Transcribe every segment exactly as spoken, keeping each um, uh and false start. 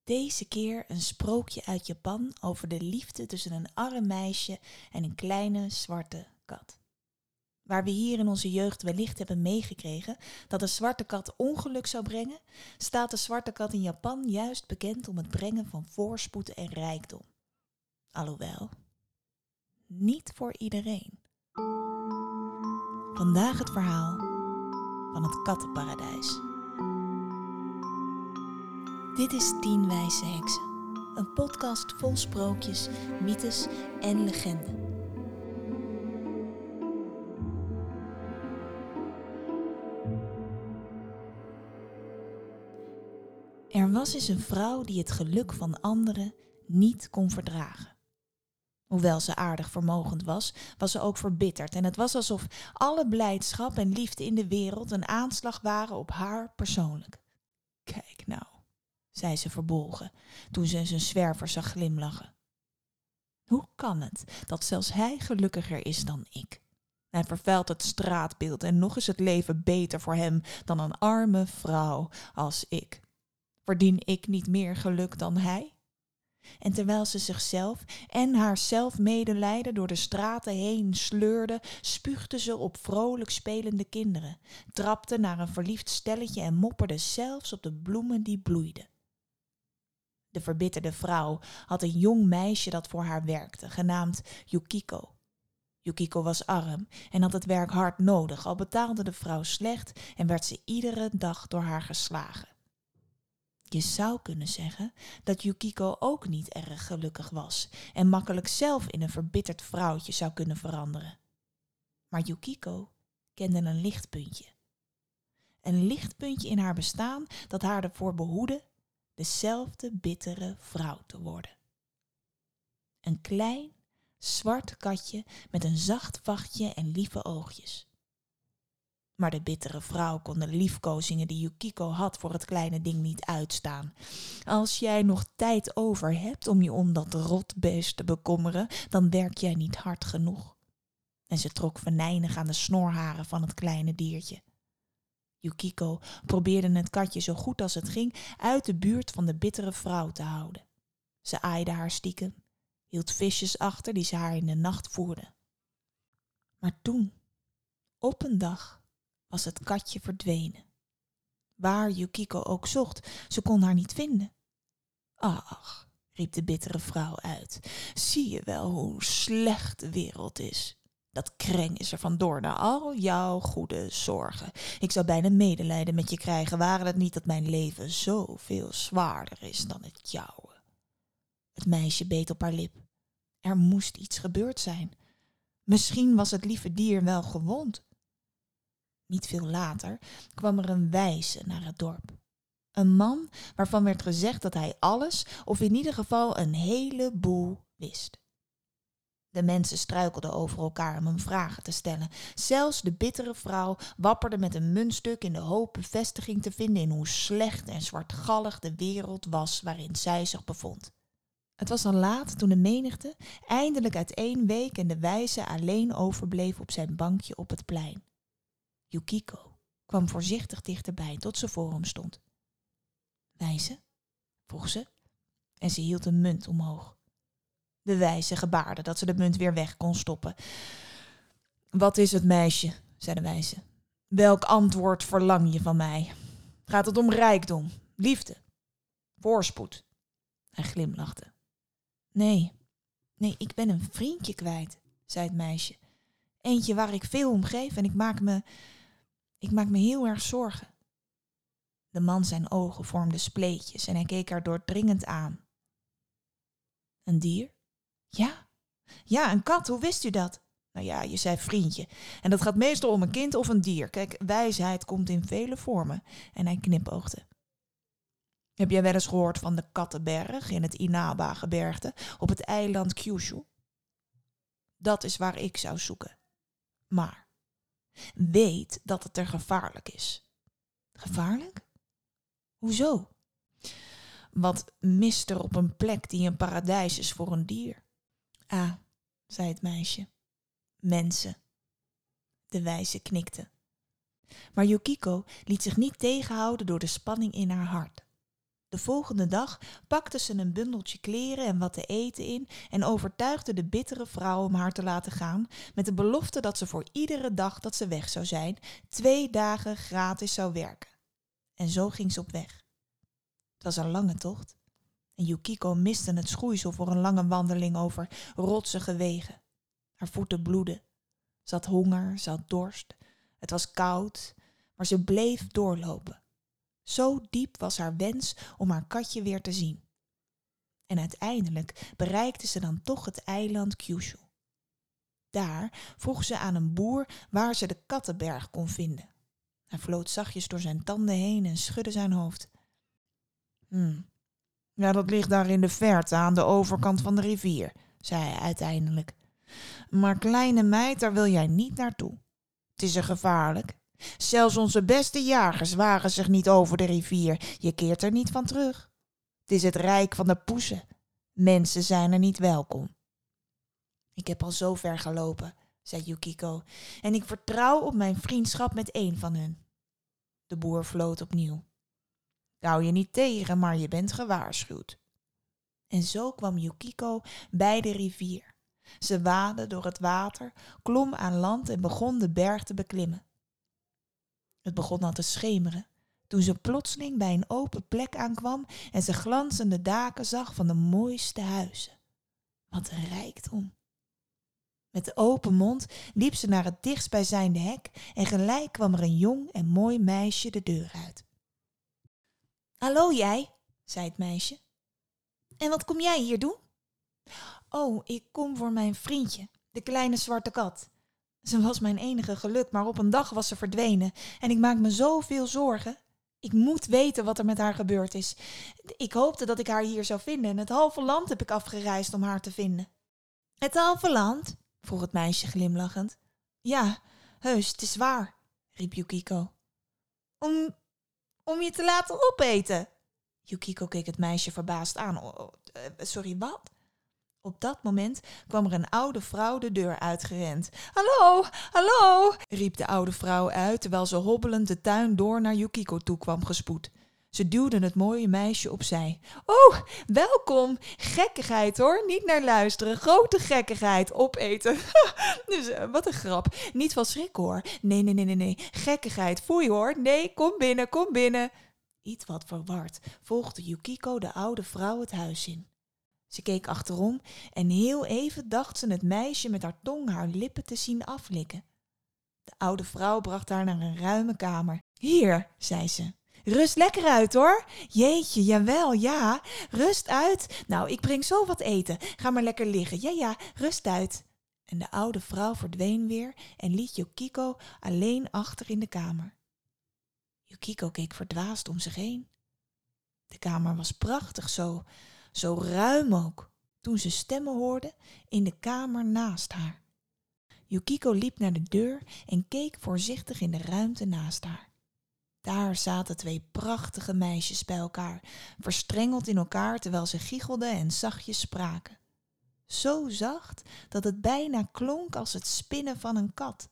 Deze keer een sprookje uit Japan over de liefde tussen een arm meisje en een kleine zwarte kat. Waar we hier in onze jeugd wellicht hebben meegekregen dat een zwarte kat ongeluk zou brengen, staat de zwarte kat in Japan juist bekend om het brengen van voorspoed en rijkdom. Alhoewel, niet voor iedereen. Vandaag het verhaal van het kattenparadijs. Dit is Tien Wijze Heksen, een podcast vol sprookjes, mythes en legenden. Er was eens een vrouw die het geluk van anderen niet kon verdragen. Hoewel ze aardig vermogend was, was ze ook verbitterd en het was alsof alle blijdschap en liefde in de wereld een aanslag waren op haar persoonlijk. Kijk nou, zei ze verbolgen, toen ze zijn zwerver zag glimlachen. Hoe kan het dat zelfs hij gelukkiger is dan ik? Hij vervuilt het straatbeeld en nog is het leven beter voor hem dan een arme vrouw als ik. Verdien ik niet meer geluk dan hij? En terwijl ze zichzelf en haar zelfmedelijden door de straten heen sleurde, spuugde ze op vrolijk spelende kinderen, trapte naar een verliefd stelletje en mopperde zelfs op de bloemen die bloeiden. De verbitterde vrouw had een jong meisje dat voor haar werkte, genaamd Yukiko. Yukiko was arm en had het werk hard nodig, al betaalde de vrouw slecht en werd ze iedere dag door haar geslagen. Je zou kunnen zeggen dat Yukiko ook niet erg gelukkig was en makkelijk zelf in een verbitterd vrouwtje zou kunnen veranderen. Maar Yukiko kende een lichtpuntje. Een lichtpuntje in haar bestaan dat haar ervoor behoedde dezelfde bittere vrouw te worden. Een klein, zwart katje met een zacht vachtje en lieve oogjes. Maar de bittere vrouw kon de liefkozingen die Yukiko had voor het kleine ding niet uitstaan. Als jij nog tijd over hebt om je om dat rotbeest te bekommeren, dan werk jij niet hard genoeg. En ze trok venijnig aan de snorharen van het kleine diertje. Yukiko probeerde het katje zo goed als het ging uit de buurt van de bittere vrouw te houden. Ze aaide haar stiekem, hield visjes achter die ze haar in de nacht voerde. Maar toen, op een dag, was het katje verdwenen. Waar Yukiko ook zocht, ze kon haar niet vinden. Ach, riep de bittere vrouw uit, zie je wel hoe slecht de wereld is? Dat kreng is er vandoor na al jouw goede zorgen. Ik zou bijna medelijden met je krijgen, waren het niet dat mijn leven zoveel zwaarder is dan het jouwe. Het meisje beet op haar lip. Er moest iets gebeurd zijn. Misschien was het lieve dier wel gewond. Niet veel later kwam er een wijze naar het dorp. Een man waarvan werd gezegd dat hij alles, of in ieder geval een heleboel, wist. De mensen struikelden over elkaar om hem vragen te stellen. Zelfs de bittere vrouw wapperde met een muntstuk in de hoop bevestiging te vinden in hoe slecht en zwartgallig de wereld was waarin zij zich bevond. Het was al laat toen de menigte eindelijk uiteenweek en de wijze alleen overbleef op zijn bankje op het plein. Yukiko kwam voorzichtig dichterbij tot ze voor hem stond. Wijze? Vroeg ze en ze hield een munt omhoog. De wijze gebaarde dat ze de munt weer weg kon stoppen. Wat is het, meisje? Zei de wijze. Welk antwoord verlang je van mij? Gaat het om rijkdom, liefde, voorspoed? Hij glimlachte. Nee, nee, ik ben een vriendje kwijt, zei het meisje. Eentje waar ik veel om geef en ik maak me, ik maak me heel erg zorgen. De man zijn ogen vormden spleetjes en hij keek haar doordringend aan. Een dier? Ja, ja, een kat, hoe wist u dat? Nou ja, je zei vriendje. En dat gaat meestal om een kind of een dier. Kijk, wijsheid komt in vele vormen. En hij knipoogde. Heb jij wel eens gehoord van de Kattenberg in het Inaba-gebergte op het eiland Kyushu? Dat is waar ik zou zoeken. Maar weet dat het er gevaarlijk is. Gevaarlijk? Hoezo? Wat mist er op een plek die een paradijs is voor een dier? Ah, zei het meisje. Mensen. De wijze knikte. Maar Yukiko liet zich niet tegenhouden door de spanning in haar hart. De volgende dag pakte ze een bundeltje kleren en wat te eten in en overtuigde de bittere vrouw om haar te laten gaan met de belofte dat ze voor iedere dag dat ze weg zou zijn twee dagen gratis zou werken. En zo ging ze op weg. Het was een lange tocht en Yukiko miste het schoeisel voor een lange wandeling over rotsige wegen. Haar voeten bloedden. Ze had honger, ze had dorst. Het was koud, maar ze bleef doorlopen. Zo diep was haar wens om haar katje weer te zien. En uiteindelijk bereikte ze dan toch het eiland Kyushu. Daar vroeg ze aan een boer waar ze de kattenberg kon vinden. Hij floot zachtjes door zijn tanden heen en schudde zijn hoofd. Hmm, ja, dat ligt daar in de verte aan de overkant van de rivier, zei hij uiteindelijk. Maar kleine meid, daar wil jij niet naartoe. Het is er gevaarlijk. Zelfs onze beste jagers wagen zich niet over de rivier. Je keert er niet van terug. Het is het rijk van de poesen. Mensen zijn er niet welkom. Ik heb al zo ver gelopen, zei Yukiko, en ik vertrouw op mijn vriendschap met een van hun. De boer floot opnieuw. Ik hou je niet tegen, maar je bent gewaarschuwd. En zo kwam Yukiko bij de rivier. Ze waadde door het water, klom aan land en begon de berg te beklimmen. Het begon al te schemeren, toen ze plotseling bij een open plek aankwam en ze glanzende daken zag van de mooiste huizen. Wat een rijkdom! Met de open mond liep ze naar het dichtstbijzijnde hek en gelijk kwam er een jong en mooi meisje de deur uit. Hallo jij, zei het meisje. En wat kom jij hier doen? Oh, ik kom voor mijn vriendje, de kleine zwarte kat. Ze was mijn enige geluk, maar op een dag was ze verdwenen en ik maak me zoveel zorgen. Ik moet weten wat er met haar gebeurd is. Ik hoopte dat ik haar hier zou vinden en het halve land heb ik afgereisd om haar te vinden. Het halve land? Vroeg het meisje glimlachend. Ja, heus, het is waar, riep Yukiko. Om, om je te laten opeten? Yukiko keek het meisje verbaasd aan. Oh, oh, uh, sorry, wat? Op dat moment kwam er een oude vrouw de deur uitgerend. Hallo, hallo, riep de oude vrouw uit terwijl ze hobbelend de tuin door naar Yukiko toe kwam gespoed. Ze duwde het mooie meisje opzij. Oh, welkom. Gekkigheid hoor, niet naar luisteren. Grote gekkigheid, opeten. Dus uh, wat een grap. Niet van schrik hoor. Nee, nee, nee, nee, nee. Gekkigheid, foei hoor. Nee, kom binnen, kom binnen. Iets wat verward volgde Yukiko de oude vrouw het huis in. Ze keek achterom en heel even dacht ze het meisje met haar tong haar lippen te zien aflikken. De oude vrouw bracht haar naar een ruime kamer. Hier, zei ze. Rust lekker uit hoor. Jeetje, jawel, ja. Rust uit. Nou, ik breng zo wat eten. Ga maar lekker liggen. Ja, ja, rust uit. En de oude vrouw verdween weer en liet Yukiko alleen achter in de kamer. Yukiko keek verdwaasd om zich heen. De kamer was prachtig zo, zo ruim ook, toen ze stemmen hoorde in de kamer naast haar. Yukiko liep naar de deur en keek voorzichtig in de ruimte naast haar. Daar zaten twee prachtige meisjes bij elkaar, verstrengeld in elkaar terwijl ze gichelden en zachtjes spraken. Zo zacht dat het bijna klonk als het spinnen van een kat.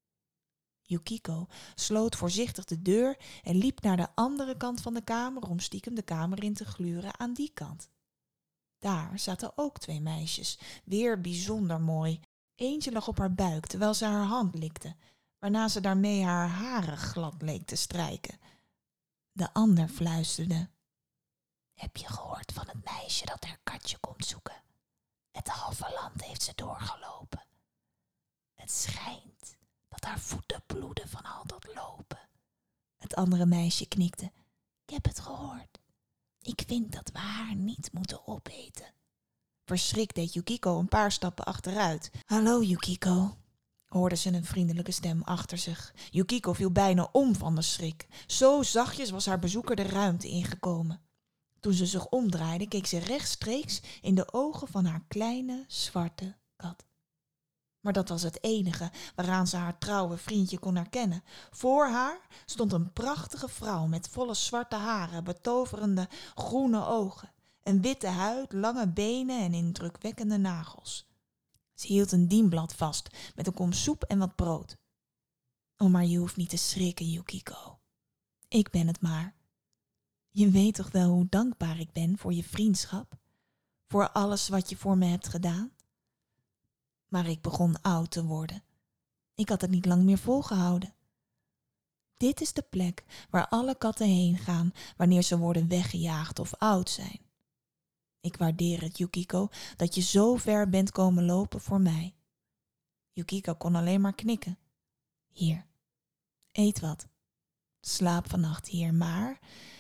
Yukiko sloot voorzichtig de deur en liep naar de andere kant van de kamer om stiekem de kamer in te gluren aan die kant. Daar zaten ook twee meisjes, weer bijzonder mooi. Eentje lag op haar buik terwijl ze haar hand likte, waarna ze daarmee haar haren glad leek te strijken. De ander fluisterde. Heb je gehoord van het meisje dat haar katje komt zoeken? Het halve land heeft ze doorgelopen. Het schijnt dat haar voeten bloeden van al dat lopen. Het andere meisje knikte. Ik heb het gehoord. Ik vind dat we haar niet moeten opeten. Verschrikt deed Yukiko een paar stappen achteruit. Hallo Yukiko, hoorde ze een vriendelijke stem achter zich. Yukiko viel bijna om van de schrik. Zo zachtjes was haar bezoeker de ruimte ingekomen. Toen ze zich omdraaide, keek ze rechtstreeks in de ogen van haar kleine zwarte kat. Maar dat was het enige waaraan ze haar trouwe vriendje kon herkennen. Voor haar stond een prachtige vrouw met volle zwarte haren, betoverende groene ogen, een witte huid, lange benen en indrukwekkende nagels. Ze hield een dienblad vast met een kom soep en wat brood. Oh, maar je hoeft niet te schrikken, Yukiko. Ik ben het maar. Je weet toch wel hoe dankbaar ik ben voor je vriendschap? Voor alles wat je voor me hebt gedaan? Maar ik begon oud te worden. Ik had het niet lang meer volgehouden. Dit is de plek waar alle katten heen gaan wanneer ze worden weggejaagd of oud zijn. Ik waardeer het, Yukiko, dat je zo ver bent komen lopen voor mij. Yukiko kon alleen maar knikken. Hier, eet wat. Slaap vannacht hier, maar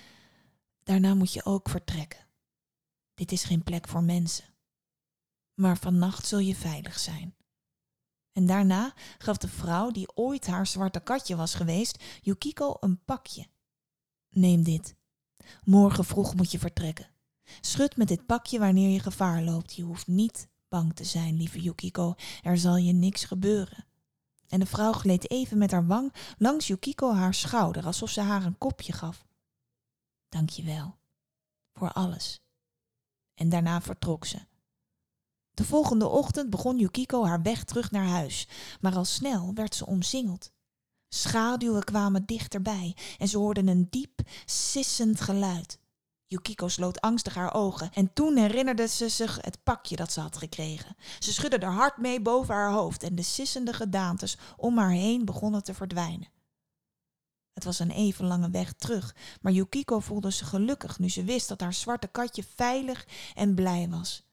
daarna moet je ook vertrekken. Dit is geen plek voor mensen. Maar vannacht zul je veilig zijn. En daarna gaf de vrouw die ooit haar zwarte katje was geweest, Yukiko een pakje. Neem dit. Morgen vroeg moet je vertrekken. Schud met dit pakje wanneer je gevaar loopt. Je hoeft niet bang te zijn, lieve Yukiko. Er zal je niks gebeuren. En de vrouw gleed even met haar wang langs Yukiko haar schouder, alsof ze haar een kopje gaf. Dank je wel. Voor alles. En daarna vertrok ze. De volgende ochtend begon Yukiko haar weg terug naar huis, maar al snel werd ze omsingeld. Schaduwen kwamen dichterbij en ze hoorden een diep, sissend geluid. Yukiko sloot angstig haar ogen en toen herinnerde ze zich het pakje dat ze had gekregen. Ze schudde er hard mee boven haar hoofd en de sissende gedaantes om haar heen begonnen te verdwijnen. Het was een even lange weg terug, maar Yukiko voelde zich gelukkig nu ze wist dat haar zwarte katje veilig en blij was.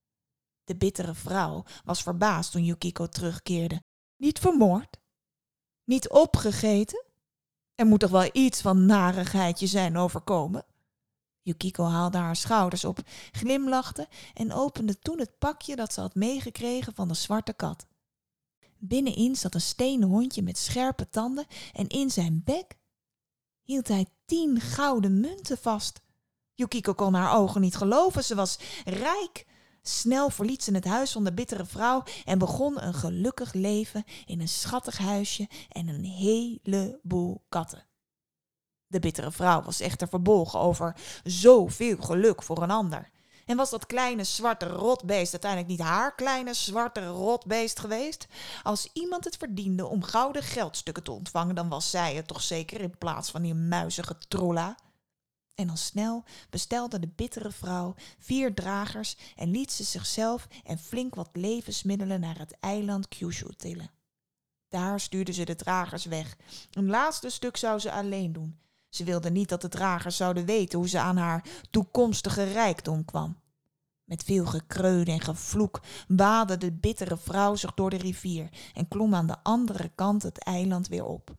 De bittere vrouw was verbaasd toen Yukiko terugkeerde. Niet vermoord? Niet opgegeten? Er moet toch wel iets van narigheid je zijn overkomen? Yukiko haalde haar schouders op, glimlachte en opende toen het pakje dat ze had meegekregen van de zwarte kat. Binnenin zat een stenen hondje met scherpe tanden en in zijn bek hield hij tien gouden munten vast. Yukiko kon haar ogen niet geloven, ze was rijk. Snel verliet ze het huis van de bittere vrouw en begon een gelukkig leven in een schattig huisje en een heleboel katten. De bittere vrouw was echter verbolgen over zoveel geluk voor een ander. En was dat kleine zwarte rotbeest uiteindelijk niet haar kleine zwarte rotbeest geweest? Als iemand het verdiende om gouden geldstukken te ontvangen, dan was zij het toch zeker in plaats van die muizige trolla. En al snel bestelde de bittere vrouw vier dragers en liet ze zichzelf en flink wat levensmiddelen naar het eiland Kyushu tillen. Daar stuurde ze de dragers weg. Een laatste stuk zou ze alleen doen. Ze wilde niet dat de dragers zouden weten hoe ze aan haar toekomstige rijkdom kwam. Met veel gekreun en gevloek waadde de bittere vrouw zich door de rivier en klom aan de andere kant het eiland weer op.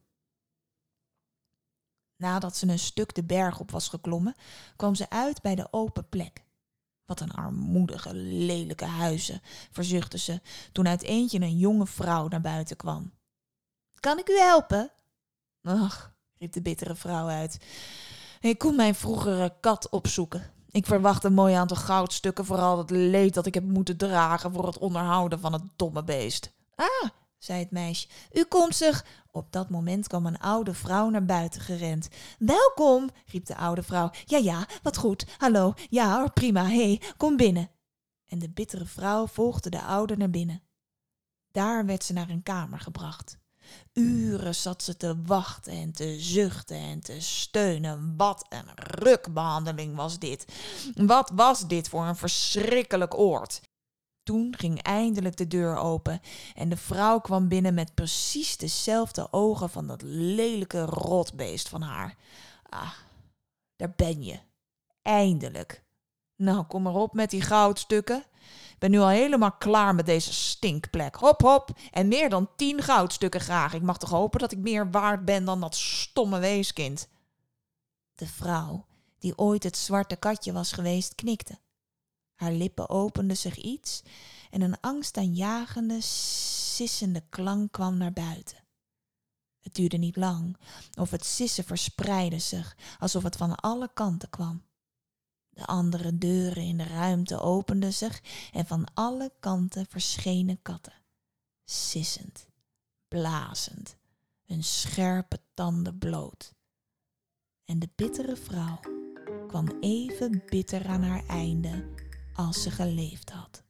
Nadat ze een stuk de berg op was geklommen, kwam ze uit bij de open plek. Wat een armoedige, lelijke huizen, verzuchtte ze, toen uit eentje een jonge vrouw naar buiten kwam. Kan ik u helpen? Ach, riep de bittere vrouw uit. Ik kom mijn vroegere kat opzoeken. Ik verwacht een mooi aantal goudstukken voor al het leed dat ik heb moeten dragen voor het onderhouden van het domme beest. Ah, zei het meisje, u komt zich... Op dat moment kwam een oude vrouw naar buiten gerend. Welkom, riep de oude vrouw. Ja, ja, wat goed. Hallo, ja hoor, prima, hé, hey, kom binnen. En de bittere vrouw volgde de oude naar binnen. Daar werd ze naar een kamer gebracht. Uren zat ze te wachten en te zuchten en te steunen. Wat een rukbehandeling was dit. Wat was dit voor een verschrikkelijk oord. Toen ging eindelijk de deur open en de vrouw kwam binnen met precies dezelfde ogen van dat lelijke rotbeest van haar. Ah, daar ben je. Eindelijk. Nou, kom maar op met die goudstukken. Ik ben nu al helemaal klaar met deze stinkplek. Hop, hop. En meer dan tien goudstukken graag. Ik mag toch hopen dat ik meer waard ben dan dat stomme weeskind. De vrouw, die ooit het zwarte katje was geweest, knikte. Haar lippen openden zich iets en een angstaanjagende, sissende klank kwam naar buiten. Het duurde niet lang of het sissen verspreidde zich alsof het van alle kanten kwam. De andere deuren in de ruimte openden zich en van alle kanten verschenen katten. Sissend, blazend, hun scherpe tanden bloot. En de bittere vrouw kwam even bitter aan haar einde als ze geleefd had.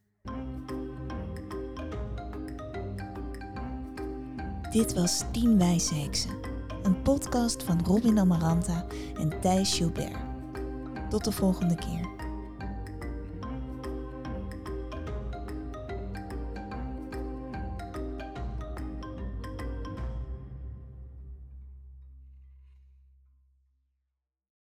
Dit was Tien Wijze Heksen, een podcast van Robin Amaranta en Thijs Gilbert. Tot de volgende keer.